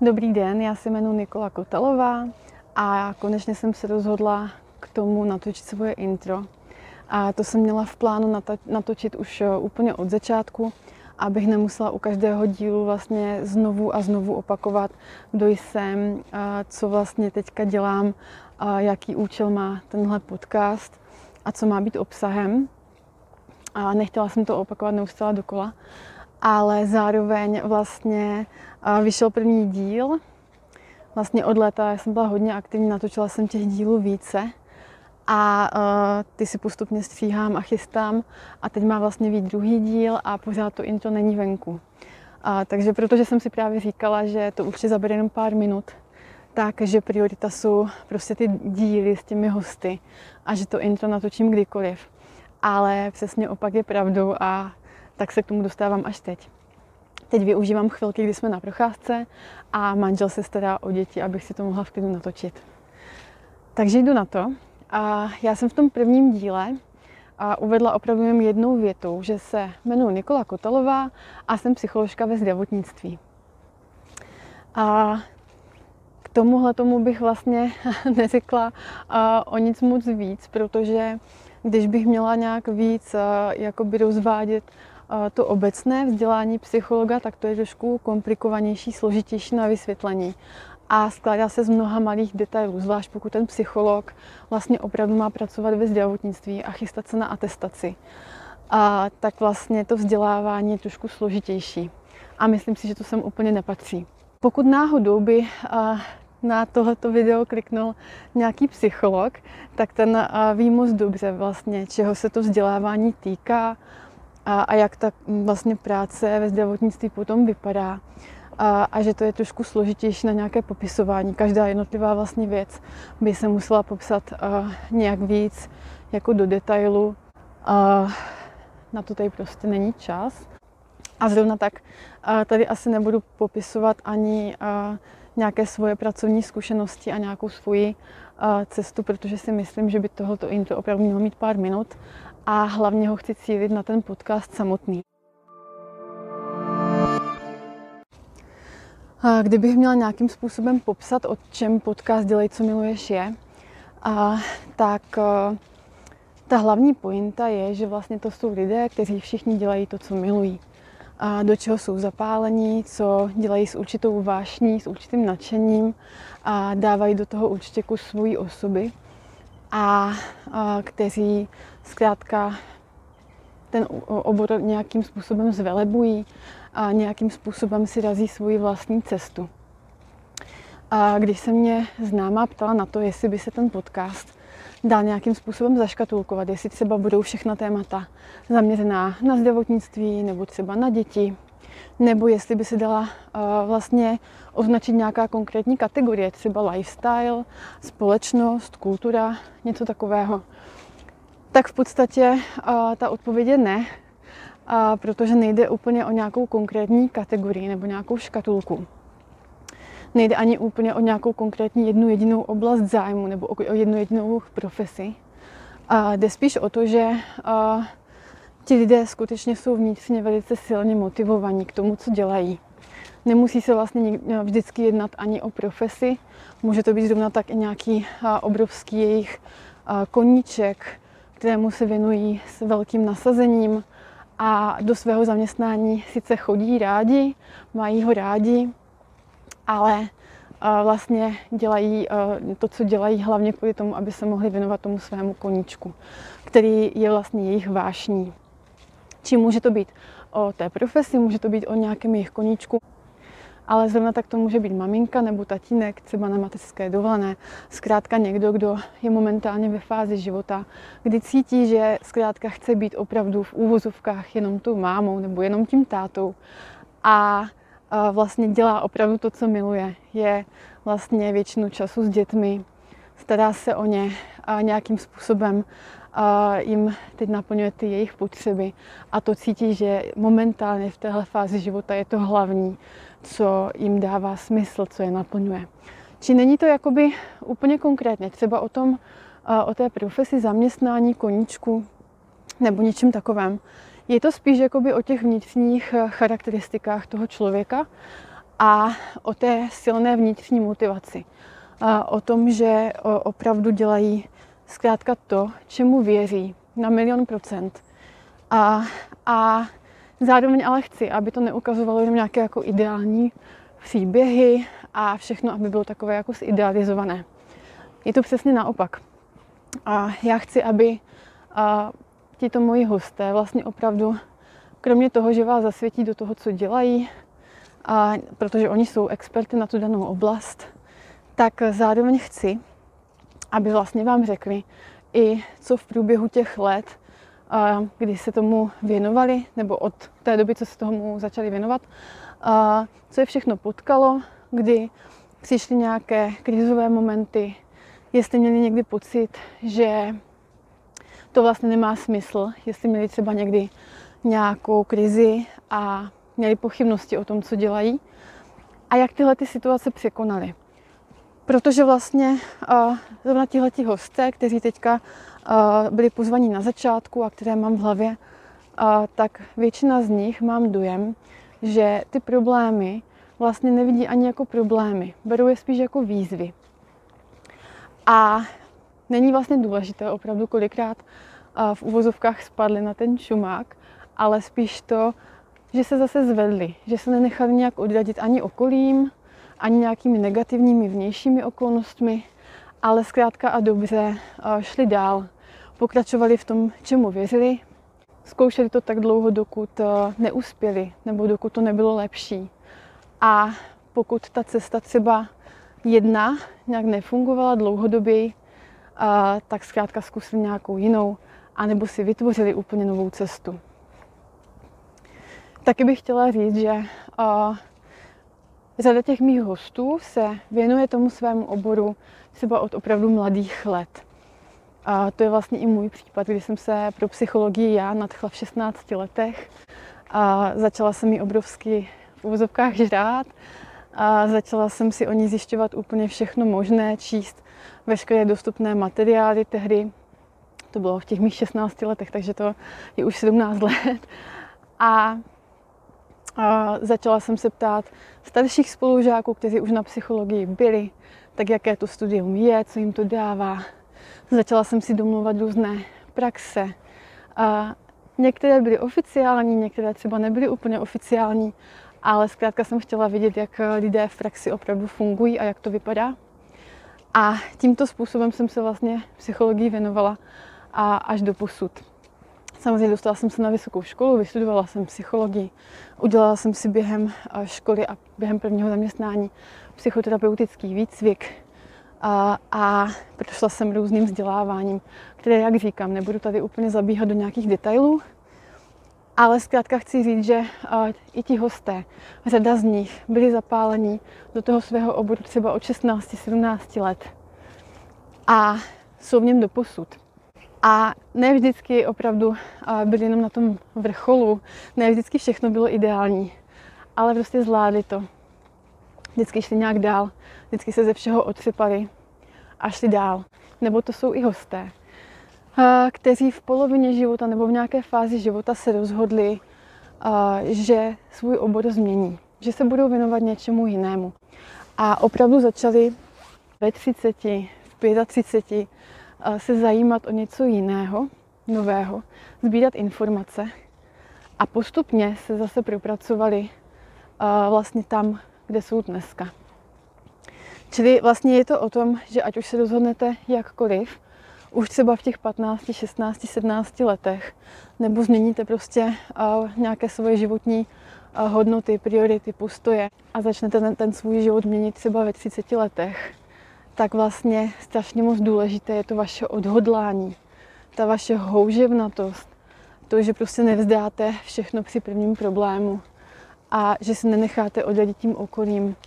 Dobrý den, já se jmenuji Nikola Kotalová a konečně jsem se rozhodla k tomu natočit svoje intro. A to jsem měla v plánu natočit už úplně od začátku, abych nemusela u každého dílu vlastně znovu a znovu opakovat, kdo jsem, co vlastně teďka dělám, jaký účel má tenhle podcast a co má být obsahem. A nechtěla jsem to opakovat neustále dokola, ale zároveň vlastně vyšel první díl. Vlastně od léta jsem byla hodně aktivní, natočila jsem těch dílů více a ty si postupně stříhám a chystám a teď má vlastně být druhý díl a pořád to intro není venku. Takže protože jsem si právě říkala, že to určitě zabere jenom pár minut, takže priorita jsou prostě ty díly s těmi hosty a že to intro natočím kdykoliv. Ale přesně opak je pravdou a tak se k tomu dostávám až teď. Teď využívám chvilky, kdy jsme na procházce a manžel se stará o děti, abych si to mohla v klidu natočit. Takže jdu na to. A já jsem v tom prvním díle uvedla opravdu jen jednou větou, že se jmenuji Nikola Kotalová a jsem psycholožka ve zdravotnictví. A k tomu bych vlastně neřekla o nic moc víc, protože když bych měla nějak víc jakoby rozvádět to obecné vzdělání psychologa, tak to je trošku komplikovanější, složitější na vysvětlení. A skládá se z mnoha malých detailů, zvlášť pokud ten psycholog vlastně opravdu má pracovat ve zdravotnictví a chystat se na atestaci. Tak vlastně to vzdělávání je trošku složitější. A myslím si, že to sem úplně nepatří. Pokud náhodou by na tohleto video kliknul nějaký psycholog, tak ten ví moc dobře vlastně, čeho se to vzdělávání týká a jak ta vlastně práce ve zdravotnictví potom vypadá. A že to je trošku složitější na nějaké popisování. Každá jednotlivá vlastně věc by se musela popsat nějak víc jako do detailu. Na to tady prostě není čas. A zrovna tak tady asi nebudu popisovat ani nějaké svoje pracovní zkušenosti a nějakou svoji cestu, protože si myslím, že by tohoto intro opravdu mělo mít pár minut a hlavně ho chci cílit na ten podcast samotný. Kdybych měla nějakým způsobem popsat, o čem podcast Dělej, co miluješ je, tak ta hlavní pointa je, že vlastně to jsou lidé, kteří všichni dělají to, co milují. Do čeho jsou zapálení, co dělají s určitou vášní, s určitým nadšením a dávají do toho určitě kus svojí osoby a kteří zkrátka ten obor nějakým způsobem zvelebují a nějakým způsobem si razí svoji vlastní cestu. A když se mě známá ptala na to, jestli by se ten podcast dal nějakým způsobem zaškatulkovat, jestli třeba budou všechna témata zaměřená na zdravotnictví nebo třeba na děti, nebo jestli by se dala vlastně označit nějaká konkrétní kategorie, třeba lifestyle, společnost, kultura, něco takového. Tak v podstatě ta odpověď je ne, protože nejde úplně o nějakou konkrétní kategorii nebo nějakou škatulku. Nejde ani úplně o nějakou konkrétní jednu jedinou oblast zájmu nebo o jednu jedinou profesi. Jde spíš o to, že ti lidé skutečně jsou vnitřně velice silně motivovaní k tomu, co dělají. Nemusí se vlastně vždycky jednat ani o profesi, může to být zrovna tak i nějaký obrovský jejich koníček, kterému se věnují s velkým nasazením a do svého zaměstnání sice chodí rádi, mají ho rádi, ale vlastně dělají to, co dělají hlavně kvůli tomu, aby se mohli věnovat tomu svému koníčku, který je vlastně jejich vášní. Čím může to být o té profesi, může to být o nějakém jejich koníčku, ale zrovna tak to může být maminka nebo tatínek, třeba na mateřské dovolené, zkrátka někdo, kdo je momentálně ve fázi života, kdy cítí, že zkrátka chce být opravdu v úvozovkách jenom tou mámou nebo jenom tím tátou a vlastně dělá opravdu to, co miluje. Je vlastně většinu času s dětmi, stará se o ně a nějakým způsobem jim teď naplňuje ty jejich potřeby a to cítí, že momentálně v téhle fázi života je to hlavní, co jim dává smysl, co je naplňuje. Či není to jakoby úplně konkrétně, třeba o té profesi, zaměstnání, koníčku nebo něčem takovém. Je to spíš jakoby o těch vnitřních charakteristikách toho člověka a o té silné vnitřní motivaci. O tom, že opravdu dělají zkrátka to, čemu věří na 1,000,000%. A zároveň ale chci, aby to neukazovalo jenom nějaké jako ideální příběhy a všechno, aby bylo takové jako zidealizované. Je to přesně naopak. A já chci, aby tito moji hosté vlastně opravdu, kromě toho, že vás zasvětí do toho, co dělají, protože oni jsou experty na tu danou oblast, tak zároveň chci, aby vlastně vám řekli i co v průběhu těch let, kdy se tomu věnovali, nebo od té doby, co se tomu začali věnovat, co je všechno potkalo, kdy přišly nějaké krizové momenty, jestli měli někdy pocit, že to vlastně nemá smysl, jestli měli třeba někdy nějakou krizi a měli pochybnosti o tom, co dělají a jak tyhle ty situace překonali. Protože vlastně zrovna tihleti hosté, kteří teďka byli pozvaní na začátku a které mám v hlavě, tak většina z nich mám dojem, že ty problémy vlastně nevidí ani jako problémy, berou je spíš jako výzvy. A není vlastně důležité opravdu kolikrát v uvozovkách spadli na ten čumák, ale spíš to, že se zase zvedli, že se nenechali nějak odradit ani okolím, ani nějakými negativními vnějšími okolnostmi, ale zkrátka a dobře šli dál, pokračovali v tom, čemu věřili, zkoušeli to tak dlouho, dokud neuspěli, nebo dokud to nebylo lepší. A pokud ta cesta třeba jedna nějak nefungovala dlouhodobě, tak zkrátka zkusili nějakou jinou, anebo si vytvořili úplně novou cestu. Taky bych chtěla říct, že řada těch mých hostů se věnuje tomu svému oboru třeba od opravdu mladých let. A to je vlastně i můj případ, kdy jsem se pro psychologii já nadchla v 16 letech. A začala jsem ji obrovsky v uvozovkách žrát. A začala jsem si o ní zjišťovat úplně všechno možné, číst veškeré dostupné materiály tehdy. To bylo v těch mých 16 letech, takže to je už 17 let. A začala jsem se ptát starších spolužáků, kteří už na psychologii byli, tak jaké to studium je, co jim to dává. Začala jsem si domlouvat různé praxe. Některé byly oficiální, některé třeba nebyly úplně oficiální, ale zkrátka jsem chtěla vidět, jak lidé v praxi opravdu fungují a jak to vypadá. A tímto způsobem jsem se vlastně psychologii věnovala až do posud. Samozřejmě dostala jsem se na vysokou školu, vystudovala jsem psychologii, udělala jsem si během školy a během prvního zaměstnání psychoterapeutický výcvik a prošla jsem různým vzděláváním, které, jak říkám, nebudu tady úplně zabíhat do nějakých detailů, ale zkrátka chci říct, že i ti hosté, řada z nich byli zapálení do toho svého oboru třeba od 16-17 let a jsou v něm doposud. A ne vždycky opravdu byli jenom na tom vrcholu, ne vždycky všechno bylo ideální, ale prostě zvládli to. Vždycky šli nějak dál, vždycky se ze všeho otřepali a šli dál. Nebo to jsou i hosté, kteří v polovině života nebo v nějaké fázi života se rozhodli, že svůj obor změní, že se budou věnovat něčemu jinému. A opravdu začali ve 30, v 35 se zajímat o něco jiného, nového, sbírat informace a postupně se zase propracovali vlastně tam, kde jsou dneska. Čili vlastně je to o tom, že ať už se rozhodnete jakkoliv, už třeba v těch 15, 16, 17 letech, nebo změníte prostě nějaké svoje životní hodnoty, priority, postoje a začnete ten svůj život měnit třeba ve 30 letech, tak vlastně strašně moc důležité je to vaše odhodlání, ta vaše houževnatost, to, že prostě nevzdáte všechno při prvním problému a že se nenecháte odradit tím okolím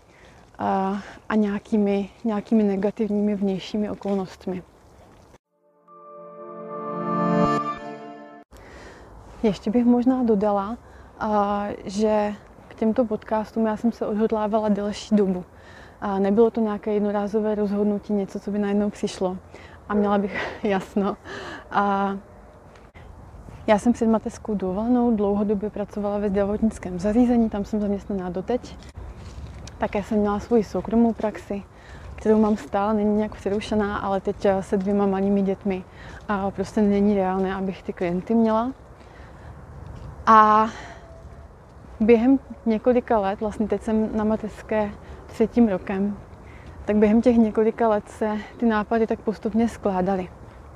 a nějakými negativními vnějšími okolnostmi. Ještě bych možná dodala, že k těmto podcastům já jsem se odhodlávala delší dobu. Nebylo to nějaké jednorázové rozhodnutí, něco, co by najednou přišlo a měla bych jasno. Já jsem před mateřskou dovolenou dlouhodobě pracovala ve zdravotnickém zařízení, tam jsem zaměstnaná doteď. Také jsem měla svoji soukromou praxi, kterou mám stále, není nějak přerušená, ale teď se 2 malými dětmi a prostě není reálné, abych ty klienty měla. A během několika let, vlastně teď jsem na mateřské 3. rokem, tak během těch několika let se ty nápady tak postupně skládaly.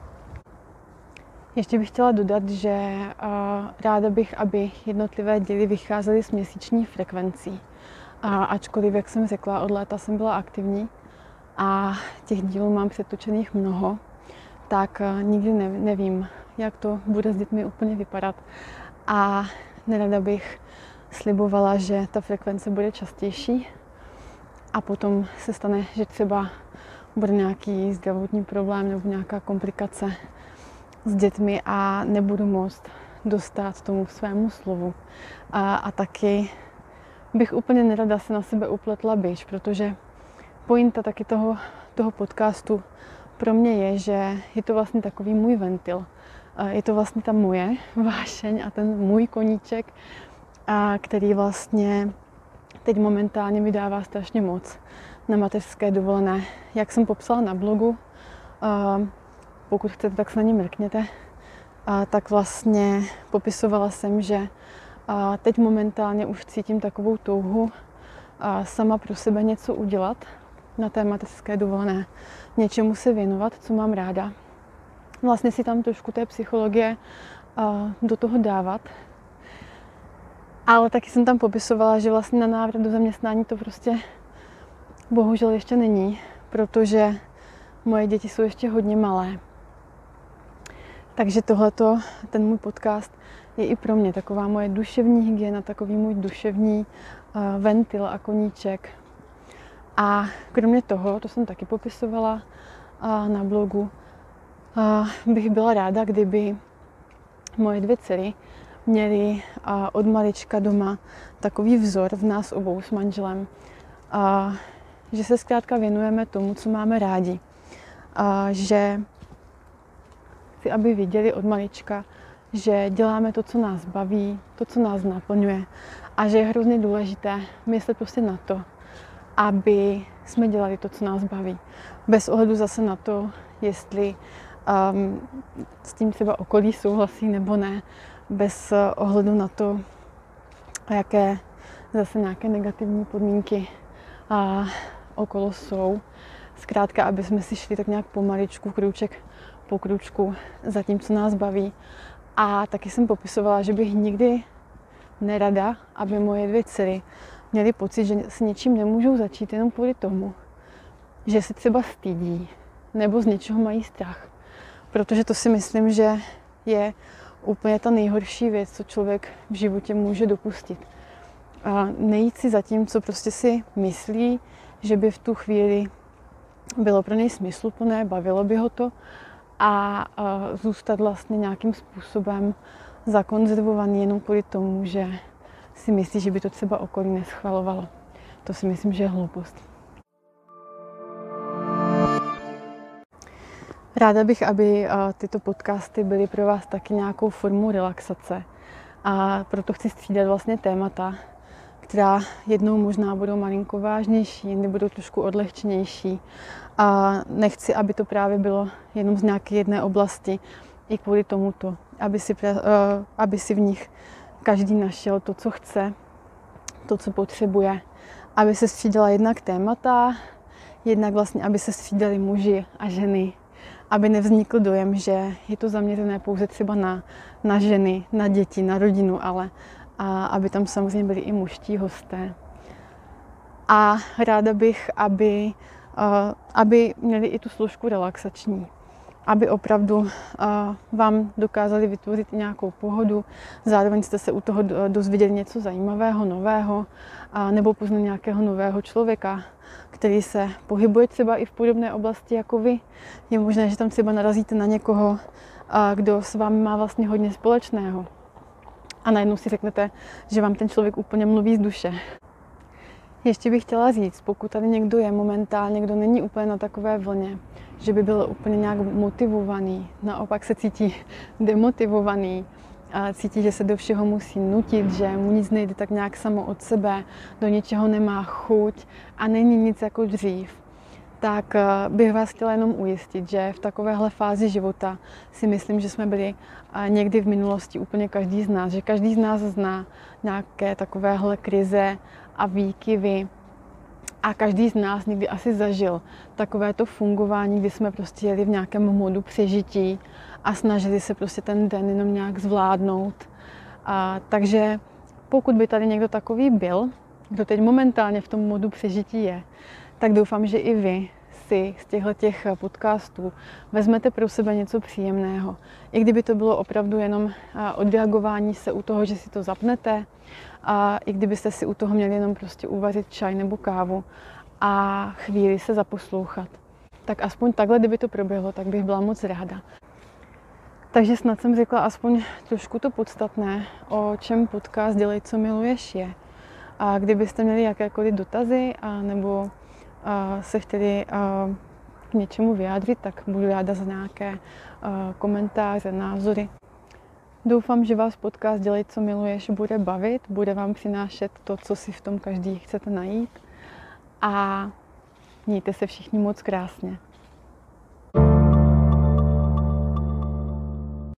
Ještě bych chtěla dodat, že ráda bych, aby jednotlivé díly vycházely s měsíční frekvencí. Ačkoliv, jak jsem řekla, od léta jsem byla aktivní a těch dílů mám přetočených mnoho, tak nikdy nevím, jak to bude s dětmi úplně vypadat. A nerada bych slibovala, že ta frekvence bude častější a potom se stane, že třeba bude nějaký zdravotní problém nebo nějaká komplikace s dětmi a nebudu moct dostat tomu svému slovu. A taky bych úplně nerada se na sebe upletla bič, protože pointa taky toho podcastu pro mě je, že je to vlastně takový můj ventil. Je to vlastně ta moje vášeň a ten můj koníček, který vlastně teď momentálně mi dává strašně moc na mateřské dovolené. Jak jsem popsala na blogu, pokud chcete, tak se na ně mrkněte, tak vlastně popisovala jsem, že teď momentálně už cítím takovou touhu sama pro sebe něco udělat na té mateřské dovolené, něčemu se věnovat, co mám ráda. Vlastně si tam trošku té psychologie do toho dávat. Ale taky jsem tam popisovala, že vlastně na návrat do zaměstnání to prostě bohužel ještě není, protože moje děti jsou ještě hodně malé. Takže tohleto, ten můj podcast je i pro mě taková moje duševní hygiena, takový můj duševní ventil a koníček. A kromě toho, to jsem taky popisovala na blogu, bych byla ráda, kdyby moje 2 dcery měly od malička doma takový vzor v nás obou s manželem, že se zkrátka věnujeme tomu, co máme rádi. Že chci, aby viděli od malička, že děláme to, co nás baví, to, co nás naplňuje a že je hrozně důležité myslet prostě na to, aby jsme dělali to, co nás baví. Bez ohledu zase na to, jestli s tím třeba okolí souhlasí nebo ne, bez ohledu na to, jaké zase nějaké negativní podmínky okolo jsou. Zkrátka, aby jsme si šli tak nějak pomaličku, krůček po krůčku za tím, co nás baví. A taky jsem popisovala, že bych nikdy nerada, aby moje 2 dcery měly pocit, že s něčím nemůžou začít jenom kvůli tomu, že se třeba stydí nebo z něčeho mají strach. Protože to si myslím, že je úplně ta nejhorší věc, co člověk v životě může dopustit. A nejít si za tím, co prostě si myslí, že by v tu chvíli bylo pro něj smysluplné, bavilo by ho to a zůstat vlastně nějakým způsobem zakonzervovaný jenom kvůli tomu, že si myslí, že by to třeba okolí neschvalovalo. To si myslím, že je hloupost. Ráda bych, aby tyto podcasty byly pro vás taky nějakou formou relaxace. A proto chci střídat vlastně témata, která jednou možná budou malinko vážnější, jindy budou trošku odlehčenější. A nechci, aby to právě bylo jenom z nějaké jedné oblasti i kvůli tomuto, aby si v nich každý našel to, co chce, to, co potřebuje. Aby se střídala jednak témata, jednak vlastně, aby se střídali muži a ženy. Aby nevznikl dojem, že je to zaměřené pouze třeba na ženy, na děti, na rodinu, ale aby tam samozřejmě byli i mužští hosté. A ráda bych, aby měli i tu složku relaxační. Aby opravdu vám dokázali vytvořit nějakou pohodu, zároveň jste se u toho dozvěděli něco zajímavého, nového, nebo poznali nějakého nového člověka, který se pohybuje třeba i v podobné oblasti jako vy. Je možné, že tam třeba narazíte na někoho, kdo s vámi má vlastně hodně společného. A najednou si řeknete, že vám ten člověk úplně mluví z duše. Ještě bych chtěla říct, pokud tady někdo je momentálně, kdo není úplně na takové vlně, že by byl úplně nějak motivovaný, naopak se cítí demotivovaný, cítí, že se do všeho musí nutit, že mu nic nejde tak nějak samo od sebe, do něčeho nemá chuť a není nic jako dřív, tak bych vás chtěla jenom ujistit, že v takovéhle fázi života si myslím, že jsme byli někdy v minulosti úplně každý z nás, že každý z nás zná nějaké takovéhle krize a výkyvy a každý z nás někdy asi zažil takovéto fungování, kdy jsme prostě jeli v nějakém modu přežití a snažili se prostě ten den jenom nějak zvládnout. Takže pokud by tady někdo takový byl, kdo teď momentálně v tom modu přežití je, tak doufám, že i vy si z těch podcastů vezmete pro sebe něco příjemného. I kdyby to bylo opravdu jenom odreagování se u toho, že si to zapnete, a i kdybyste si u toho měli jenom prostě uvařit čaj nebo kávu a chvíli se zaposlouchat. Tak aspoň takhle, kdyby to proběhlo, tak bych byla moc ráda. Takže snad jsem řekla aspoň trošku to podstatné, o čem podcast Dělej, co miluješ je. A kdybyste měli jakékoliv dotazy nebo se chtěli k něčemu vyjádřit, tak budu ráda za nějaké komentáře, názory. Doufám, že vás podcast Dělej, co miluješ bude bavit, bude vám přinášet to, co si v tom každý chcete najít a mějte se všichni moc krásně.